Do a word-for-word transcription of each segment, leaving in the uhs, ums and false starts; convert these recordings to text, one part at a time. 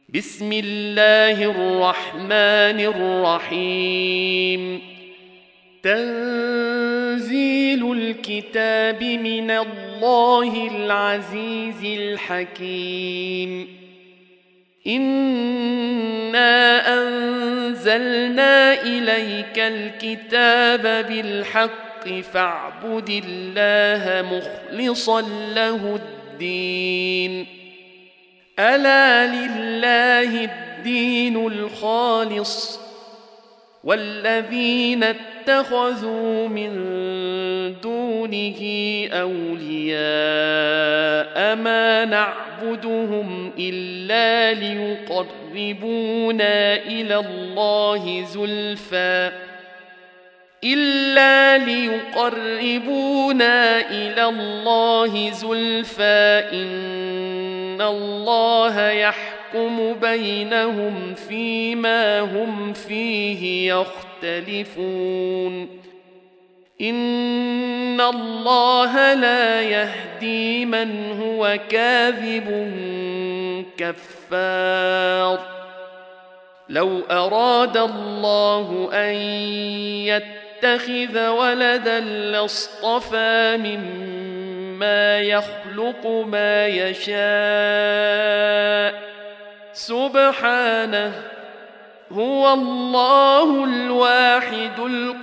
بسم الله الرحمن الرحيم. تنزيل الكتاب من الله العزيز الحكيم. إنا أنزلنا إليك الكتاب بالحق فاعبد الله مخلصا له الدين. ألا لله الدين الخالص والذين اتخذوا من دونه أولياء ما نعبدهم إلا ليقربونا إلى الله زلفى إلا ليقربونا إلى الله زلفى إن الله يحكم بينهم فيما هم فيه يختلفون. إن الله لا يهدي من هو كاذب كفار. لو أراد الله أن يتخذ ولدا لاصطفى مما يخلق ما يشاء سبحانه هو الله الواحد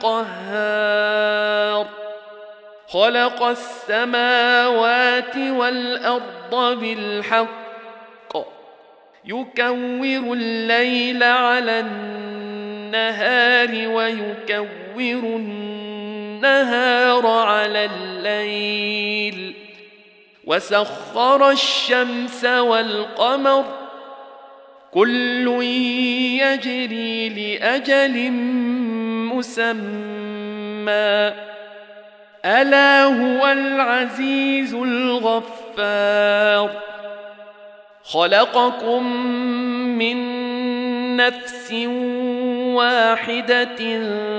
القهار. خلق السماوات والأرض بالحق يكور الليل على النهار ويكور النهار على الليل وسخر الشمس والقمر كل يجري لأجل مسمى ألا هو العزيز الغفار. خلقكم من نفس واحدة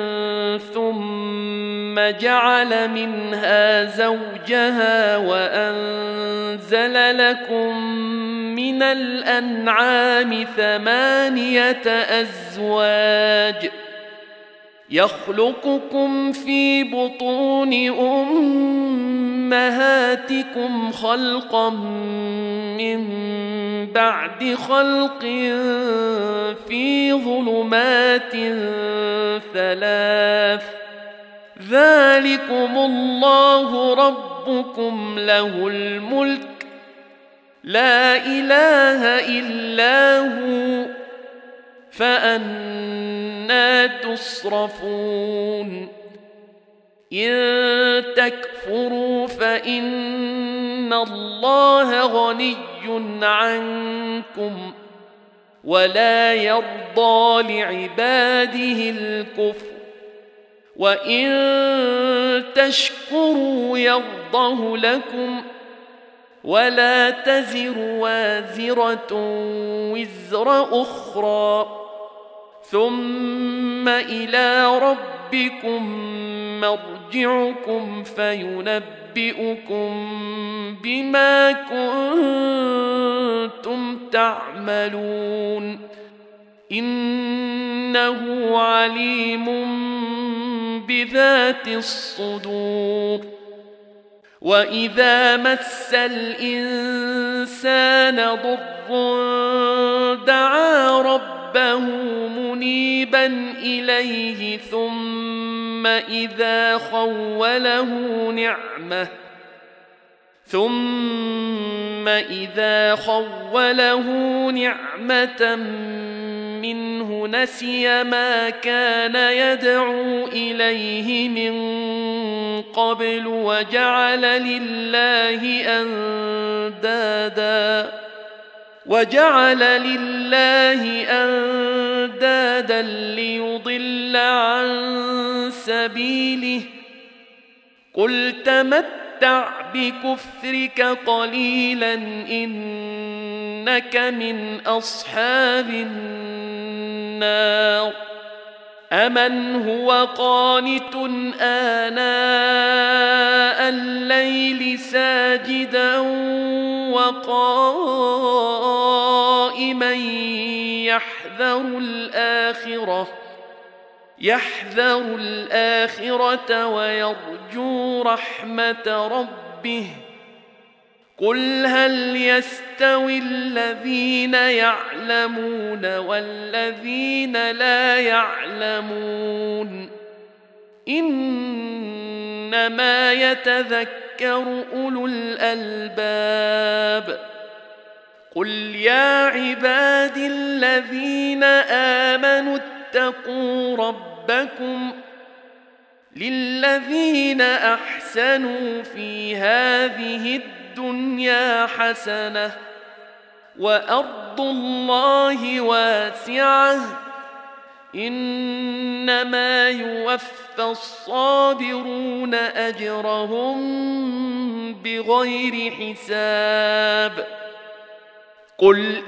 ثم جعل منها زوجها وأنزل لكم من الأنعام ثمانية أزواج يخلقكم في بطون أمهاتكم خلقا من بعد خلق في ظلمات ثلاث ذلكم الله ربكم له الملك لا إله إلا هو فأنى تصرفون. إن تكفروا فإن الله غني عنكم ولا يرضى لعباده الكفر وإن تشكروا يرضه لكم ولا تزر وازرة وزر أخرى ثم إلى ربكم مرجعكم فينبئكم بما كنتم تعملون إنه عليم بذات الصدور. وإذا مس الإنسان ضر دعا ربه منيبا إليه ثم إذا خوله نعمة ثم إذا خوله نعمة منه نسي ما كان يدعو إليه من قبل وجعل لله أندادا وجعل لله أندادا ليضل عن سبيله قل تمتع بكفرك قليلا إنك من أصحاب النار. أمن هو قانت آناء الليل ساجدا وقائما لمن يحذر الآخرة يحذر الآخرة ويرجو رحمة ربه قل هل يستوي الذين يعلمون والذين لا يعلمون إنما يتذكر أولو الألباب قل يا عبادي الذين آمنوا اتقوا ربكم للذين أحسنوا في هذه الدنيا حسنة وأرض الله واسعة إنما يوفى الصابرون أجرهم بغير حساب قل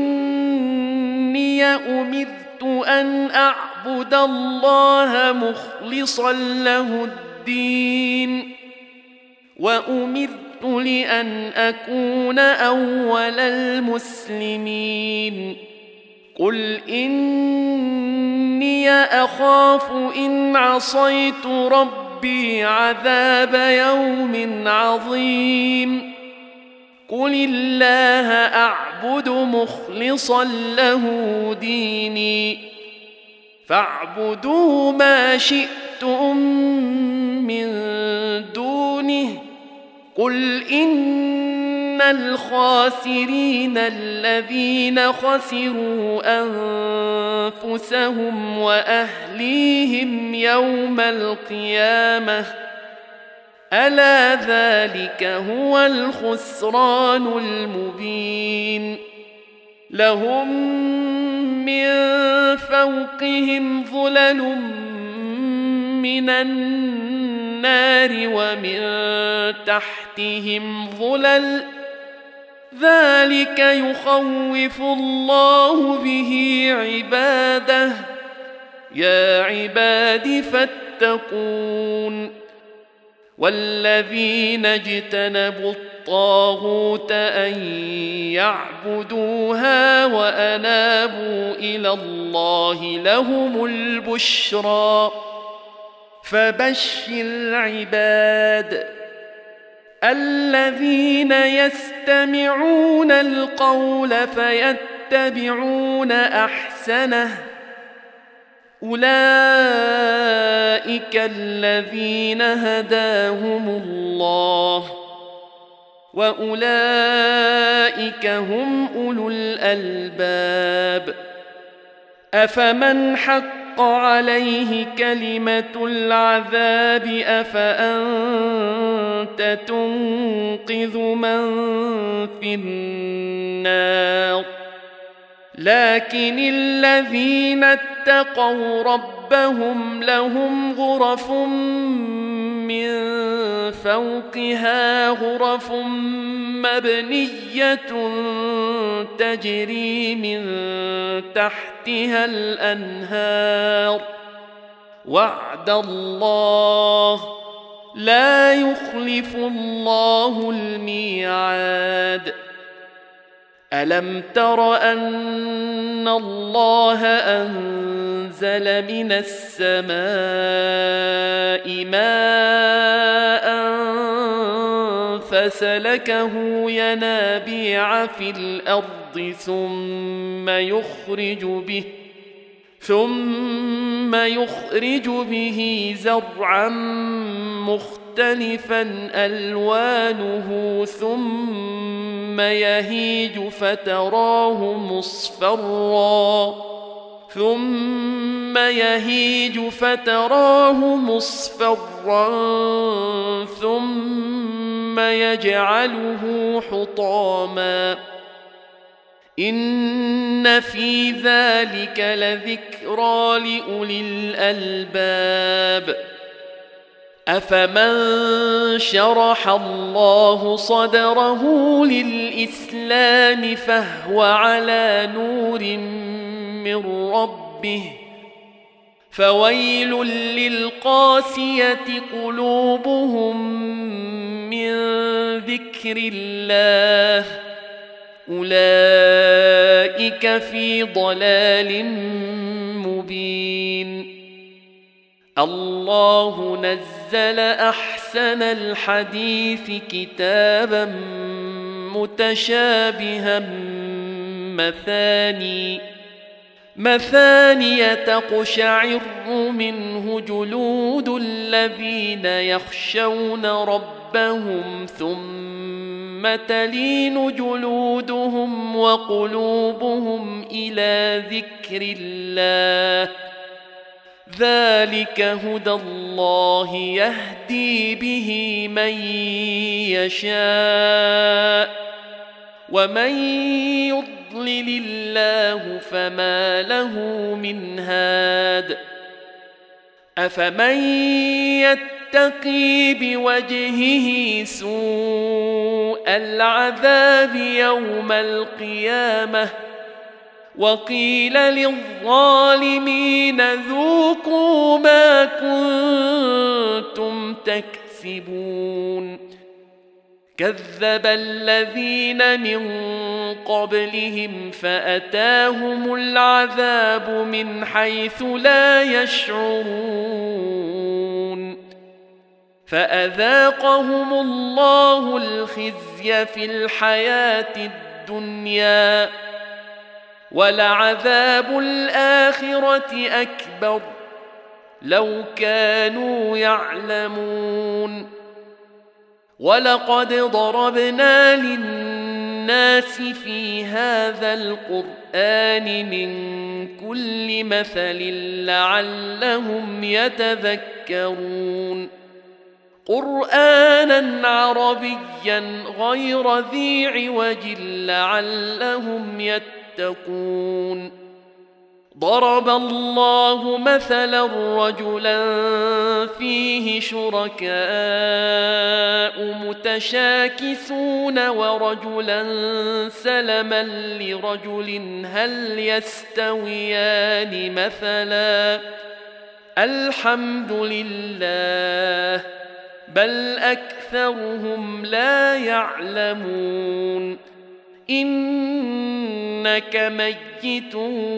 إني أمرت أن أعبد الله مخلصا له الدين وأمرت لأن أكون أول المسلمين قل إني أخاف إن عصيت ربي عذاب يوم عظيم قل الله أعبد مخلصا له ديني فاعبدوا ما شئتم من دونه قل إن الخاسرين الذين خسروا أنفسهم وأهليهم يوم القيامة ألا ذلك هو الخسران المبين لهم من فوقهم ظلل من النار ومن تحتهم ظلل ذلك يخوف الله به عباده يا عباد فاتقون والذين اجتنبوا الطاغوت أن يعبدوها وأنابوا إلى الله لهم البشرى فبشر عباد الذين يستمعون القول فيتبعون أحسنه أولئك الذين هداهم الله وأولئك هم أولو الألباب أفمن حق عليه كلمة العذاب أفأنت تنقذ من في النار لكن الذين اتقوا ربهم لهم غرف من فوقها غرف مبنية تجري من تحتها الأنهار وعد الله لا يخلف الله الميعاد ألم تر أن الله أنزل من السماء ماء فسلكه ينابيع في الأرض ثم يخرج به ثم يخرج به زرعا مختلفا ألوانه ثم يهيج فتراه مصفرا ثم يهيج فتراه مصفرا ثم يجعله حطاما إن في ذلك لذكرى لأولي الألباب أفمن شرح الله صدره للإسلام فهو على نور من ربه فويل للقاسية قلوبهم من ذكر الله أولئك أولئك في ضلال مبين. الله نزل أحسن الحديث كتابا متشابها مثاني مثانية تقشعر منه جلود الذين يخشون ربهم ثم تلين جلودهم وقلوبهم إلى ذكر الله ذلك هدى الله يهدي به من يشاء ومن يضلل الله فما له من هاد. أفمن يتقي بوجهه سوء العذاب يوم القيامة وقيل للظالمين ذوقوا ما كنتم تكسبون. كذب الذين من قبلهم فأتاهم العذاب من حيث لا يشعرون فأذاقهم الله الخزي في الحياة الدنيا ولعذاب الآخرة أكبر لو كانوا يعلمون. ولقد ضربنا للناس في هذا القرآن من كل مثل لعلهم يتذكرون. قرآنا عربيا غير ذي عوج لعلهم يتقون. ضرب الله مثلا رجلا فيه شركاء متشاكسون ورجلا سلما لرجل هل يستويان مثلا الحمد لله بل أكثرهم لا يعلمون. إنك ميت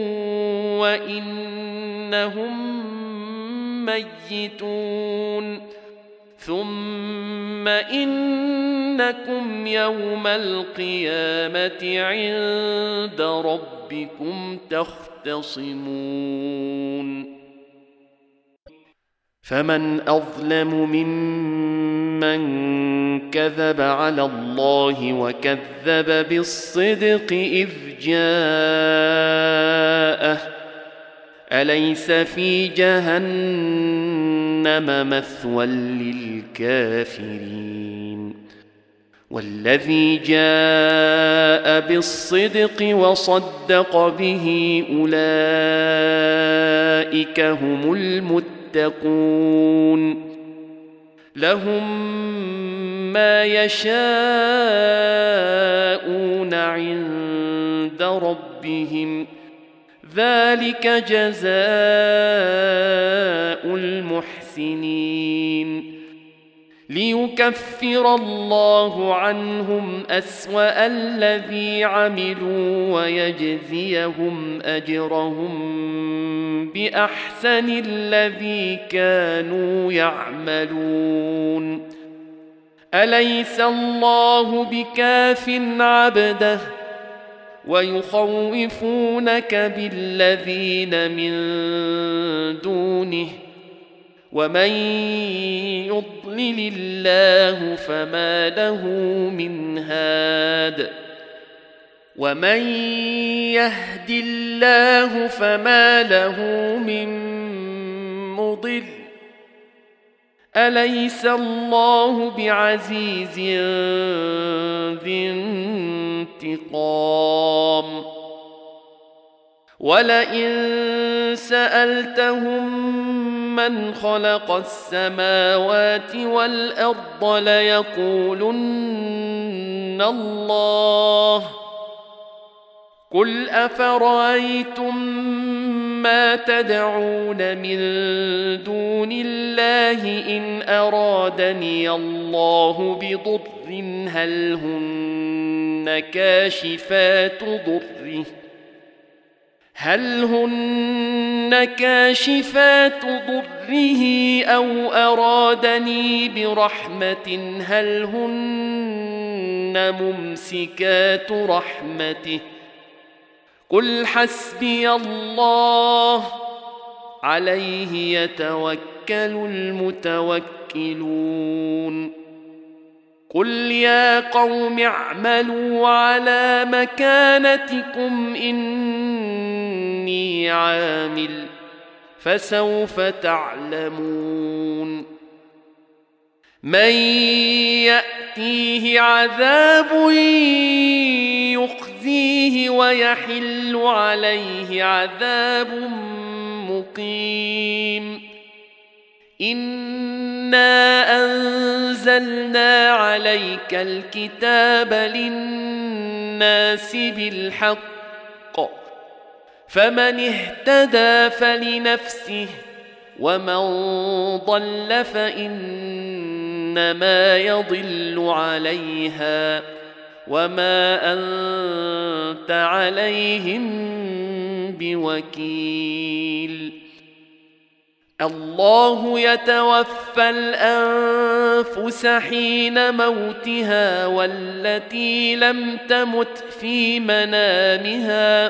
وإنهم ميتون ثم إنكم يوم القيامة عند ربكم تختصمون. فمن أظلم ممن كذب على الله وكذب بالصدق إذ جاءه أليس في جهنم مثوى للكافرين. والذي جاء بالصدق وصدق به أولئك هم المتقون. لهم ما يشاءون عند ربهم ذلك جزاء المحسنين. ليكفر الله عنهم أسوأ الذي عملوا ويجزيهم أجرهم بأحسن الذي كانوا يعملون. أليس الله بكاف عبده ويخوفونك بالذين من دونه ومن يضلل الله فما له من هاد ومن يهد الله فما له من مضل. أليس الله بعزيز ذي انتقام. ولئن سألتهم من خلق السماوات والأرض ليقولن الله قل أفرأيتم ما تدعون من دون الله إن أرادني الله بضر هل هن كاشفات ضره هل هن كاشفات ضره أو أرادني برحمة هل هن ممسكات رحمته قل حسبي الله عليه يتوكل المتوكلون قل يا قوم اعملوا على مكانتكم إني عامل فسوف تعلمون من يأتيه عذاب يخزيه ويحل عليه عذاب مقيم إنا أنزلنا عليك الكتاب للناس بالحق فمن اهتدى فلنفسه ومن ضل فإنما يضل عليها وما أنت عليهم بوكيل الله يتوفى الأنفس حين موتها والتي لم تمت في منامها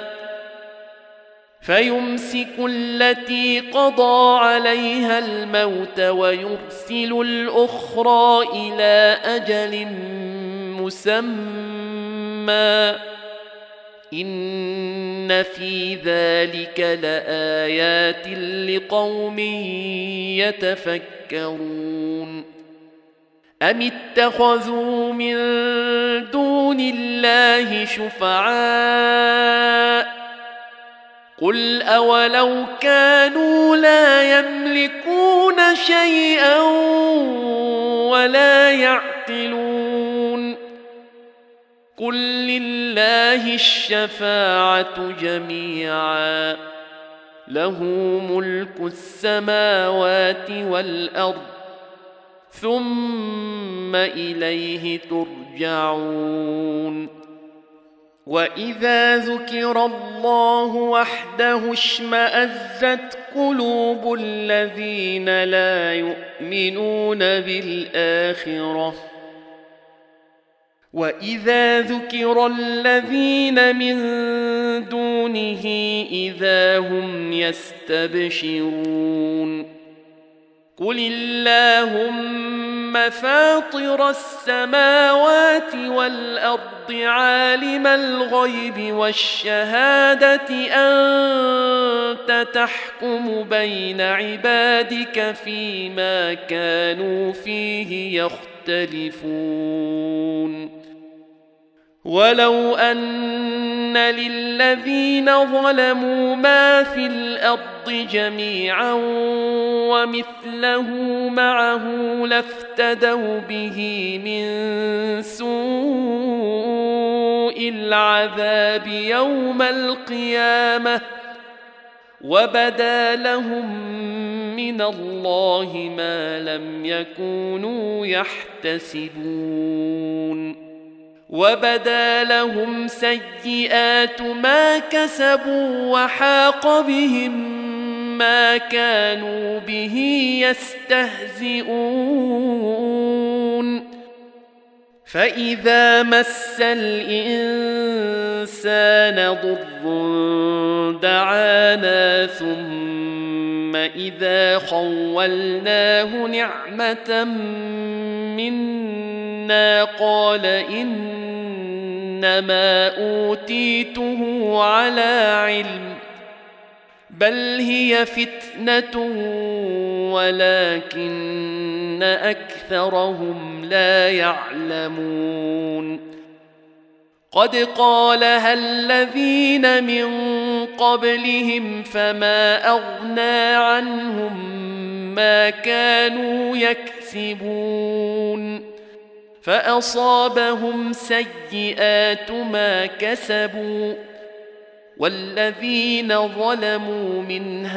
فيمسك التي قضى عليها الموت ويرسل الأخرى إلى أجل مسمى إن في ذلك لآيات لقوم يتفكرون أم اتخذوا من دون الله شفعاء قل أولو كانوا لا يملكون شيئا ولا يعقلون قل لله الشفاعة جميعا له ملك السماوات والأرض ثم إليه ترجعون وإذا ذكر الله وحده اشمأزت قلوب الذين لا يؤمنون بالآخرة وإذا ذكر الذين من دونه إذا هم يستبشرون قل اللهم فاطر السماوات والأرض عالم الغيب والشهادة أنت تحكم بين عبادك فيما كانوا فيه يختلفون ولو أن للذين ظلموا ما في الأرض جميعا ومثله معه لافتدوا به من سوء العذاب يوم القيامة وبدا لهم من الله ما لم يكونوا يحتسبون وبدا لهم سيئات ما كسبوا وحاق بهم ما كانوا به يستهزئون فإذا مس الإنسان ضر دعانا ثم إذا خولناه نعمة منا قال إنما أوتيته على علم بل هي فتنة ولكن أكثرهم لا يعلمون قد قالها الذين من قبلهم فما أغنى عنهم ما كانوا يكسبون فأصابهم سيئات ما كسبوا والذين ظلموا من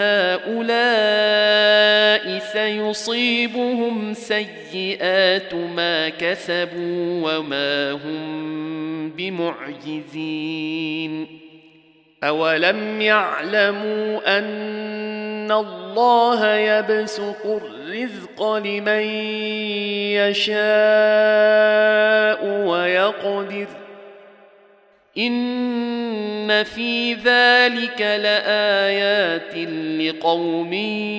هؤلاء سيصيبهم سيئات ما كسبوا وما هم بمعجزين أولم يعلموا أن الله يبسط الرزق لمن يشاء ويقدر إن في ذلك لآيات لقوم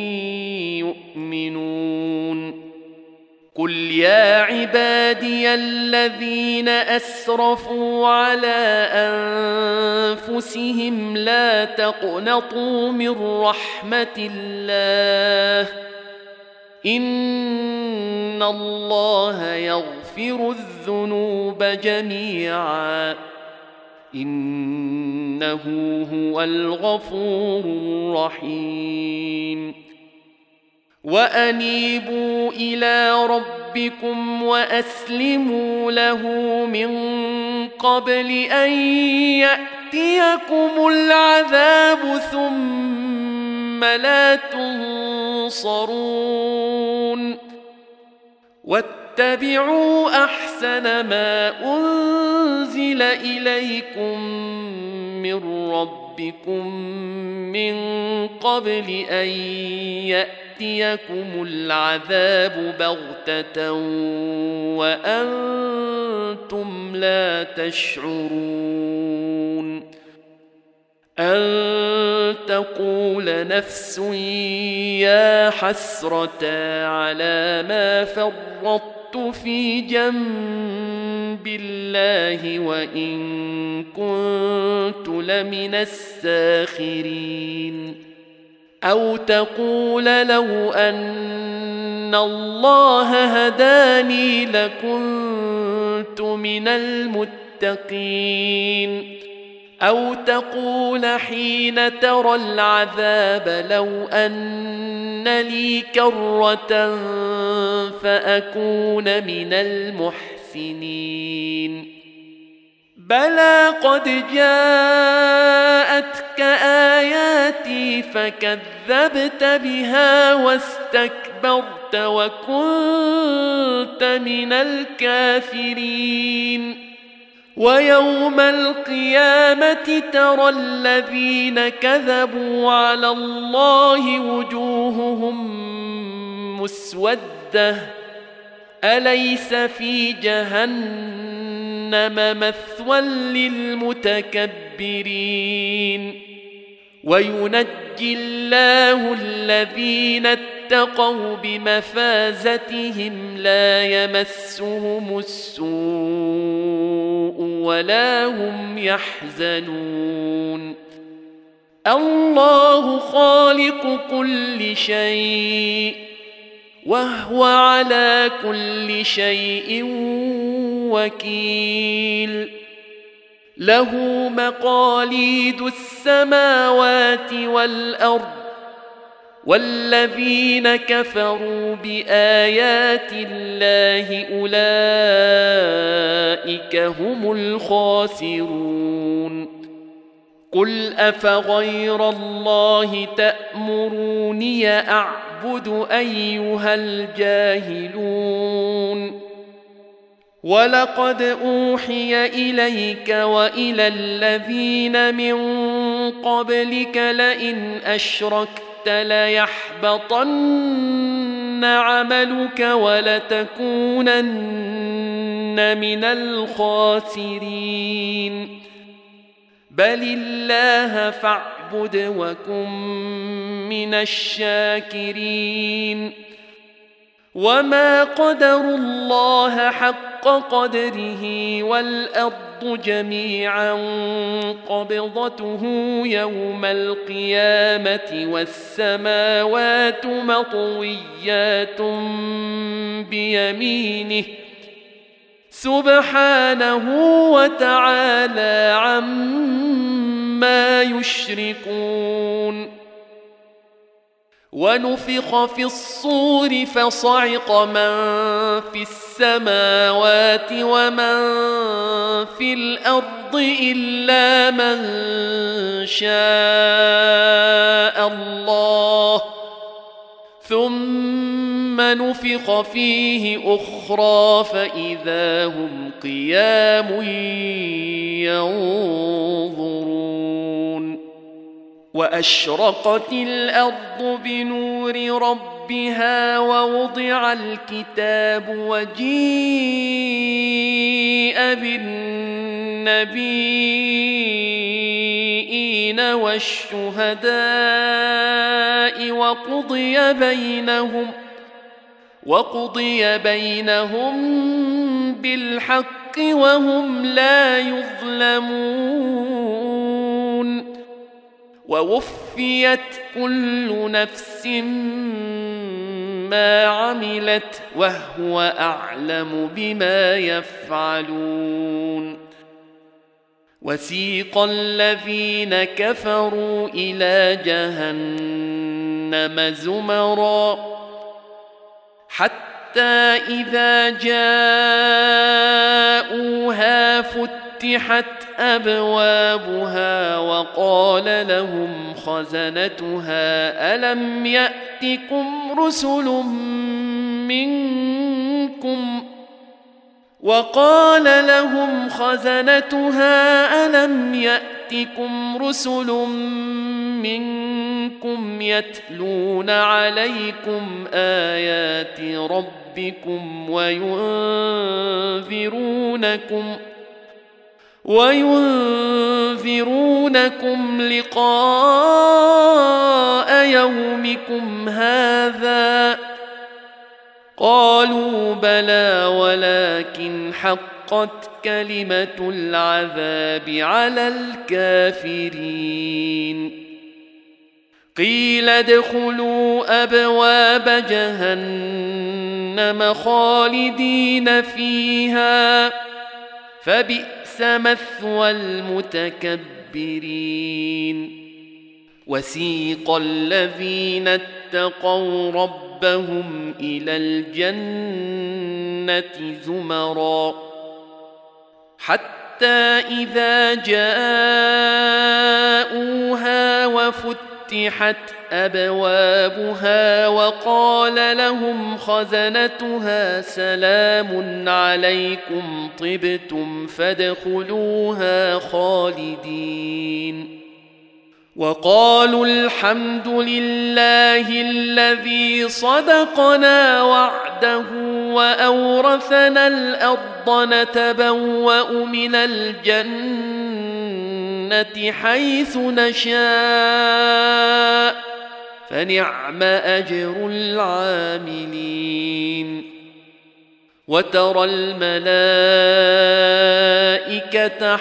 يؤمنون قل يا عبادي الذين أسرفوا على أنفسهم لا تقنطوا من رحمة الله إن الله يغفر الذنوب جميعا إنه هو الغفور الرحيم وأنيبوا إلى ربكم وأسلموا له من قبل أن يأتيكم العذاب ثم لا تنصرون واتبعوا أحسن ما أنزل إليكم من ربكم من قبل أن يأتيكم العذاب بغتة وأنتم لا تشعرون أن تقول نفس يا حسرة على ما فرطت في جنب الله وإن كنت لمن الساخرين أو تقول لو أن الله هداني لكنت من المتقين أو تقول حين ترى العذاب لو أن لي كرة فأكون من المحسنين بلى قد جاءتك آياتي فكذبت بها واستكبرت وكنت من الكافرين ويوم القيامة ترى الذين كذبوا على الله وجوههم مسودة أليس في جهنم مثوى للمتكبرين وينجي الله الذين اتقوا بمفازتهم لا يمسهم السوء ولا هم يحزنون الله خالق كل شيء وهو على كل شيء وكيل له مقاليد السماوات والأرض والذين كفروا بآيات الله أولئك هم الخاسرون قل أفغير الله تأمروني أعبد أيها الجاهلون ولقد أوحي إليك وإلى الذين من قبلك لئن أشركت ليحبطن عملك ولتكونن من الخاسرين بل الله فاعبد وكن من الشاكرين وما قدروا الله حق قدره والأرض جميعا قبضته يوم القيامة والسماوات مطويات بيمينه سبحانه وتعالى عما يشركون ونفخ في الصور فصعق من في السماوات ومن في الأرض إلا من شاء الله ثم نفخ فيه أخرى فإذا هم قيام ينظرون وأشرقت الأرض بنور ربها ووضع الكتاب وجيء بالنبيين والشهداء وقضي بينهم وقضي بينهم بالحق وهم لا يظلمون ووفيت كل نفس ما عملت وهو أعلم بما يفعلون وسيق الذين كفروا إلى جهنم زمرا حتى إذا جاءوها فتحت أبوابها وقال لهم خزنتها ألم يأتكم رسل منكم وقال لهم خزنتها ألم يأتكم رسل منكم يتلون عليكم آيات ربكم وينذرونكم وينذرونكم لقاء يومكم هذا قالوا بلى ولكن حقت كلمة العذاب على الكافرين قيل ادخلوا أبواب جهنم خالدين فيها فبئس مثوى المتكبرين وسيق الذين اتقوا ربهم إلى الجنة زمرا حتى إذا جاءوها وفتحت أبوابها وقال لهم خزنتها سلام عليكم طبتم فادخلوها خالدين وقالوا الحمد لله الذي صدقنا وعده وأورثنا الأرض نتبوأ من الجنة حيث نشاء فنعم أجر العاملين وترى الملائكة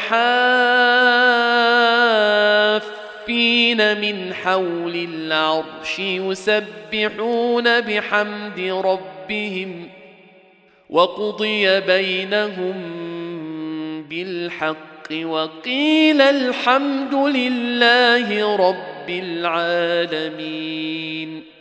حافين من حول العرش يسبحون بحمد ربهم وقضي بينهم بالحق وقيل الحمد لله رب العالمين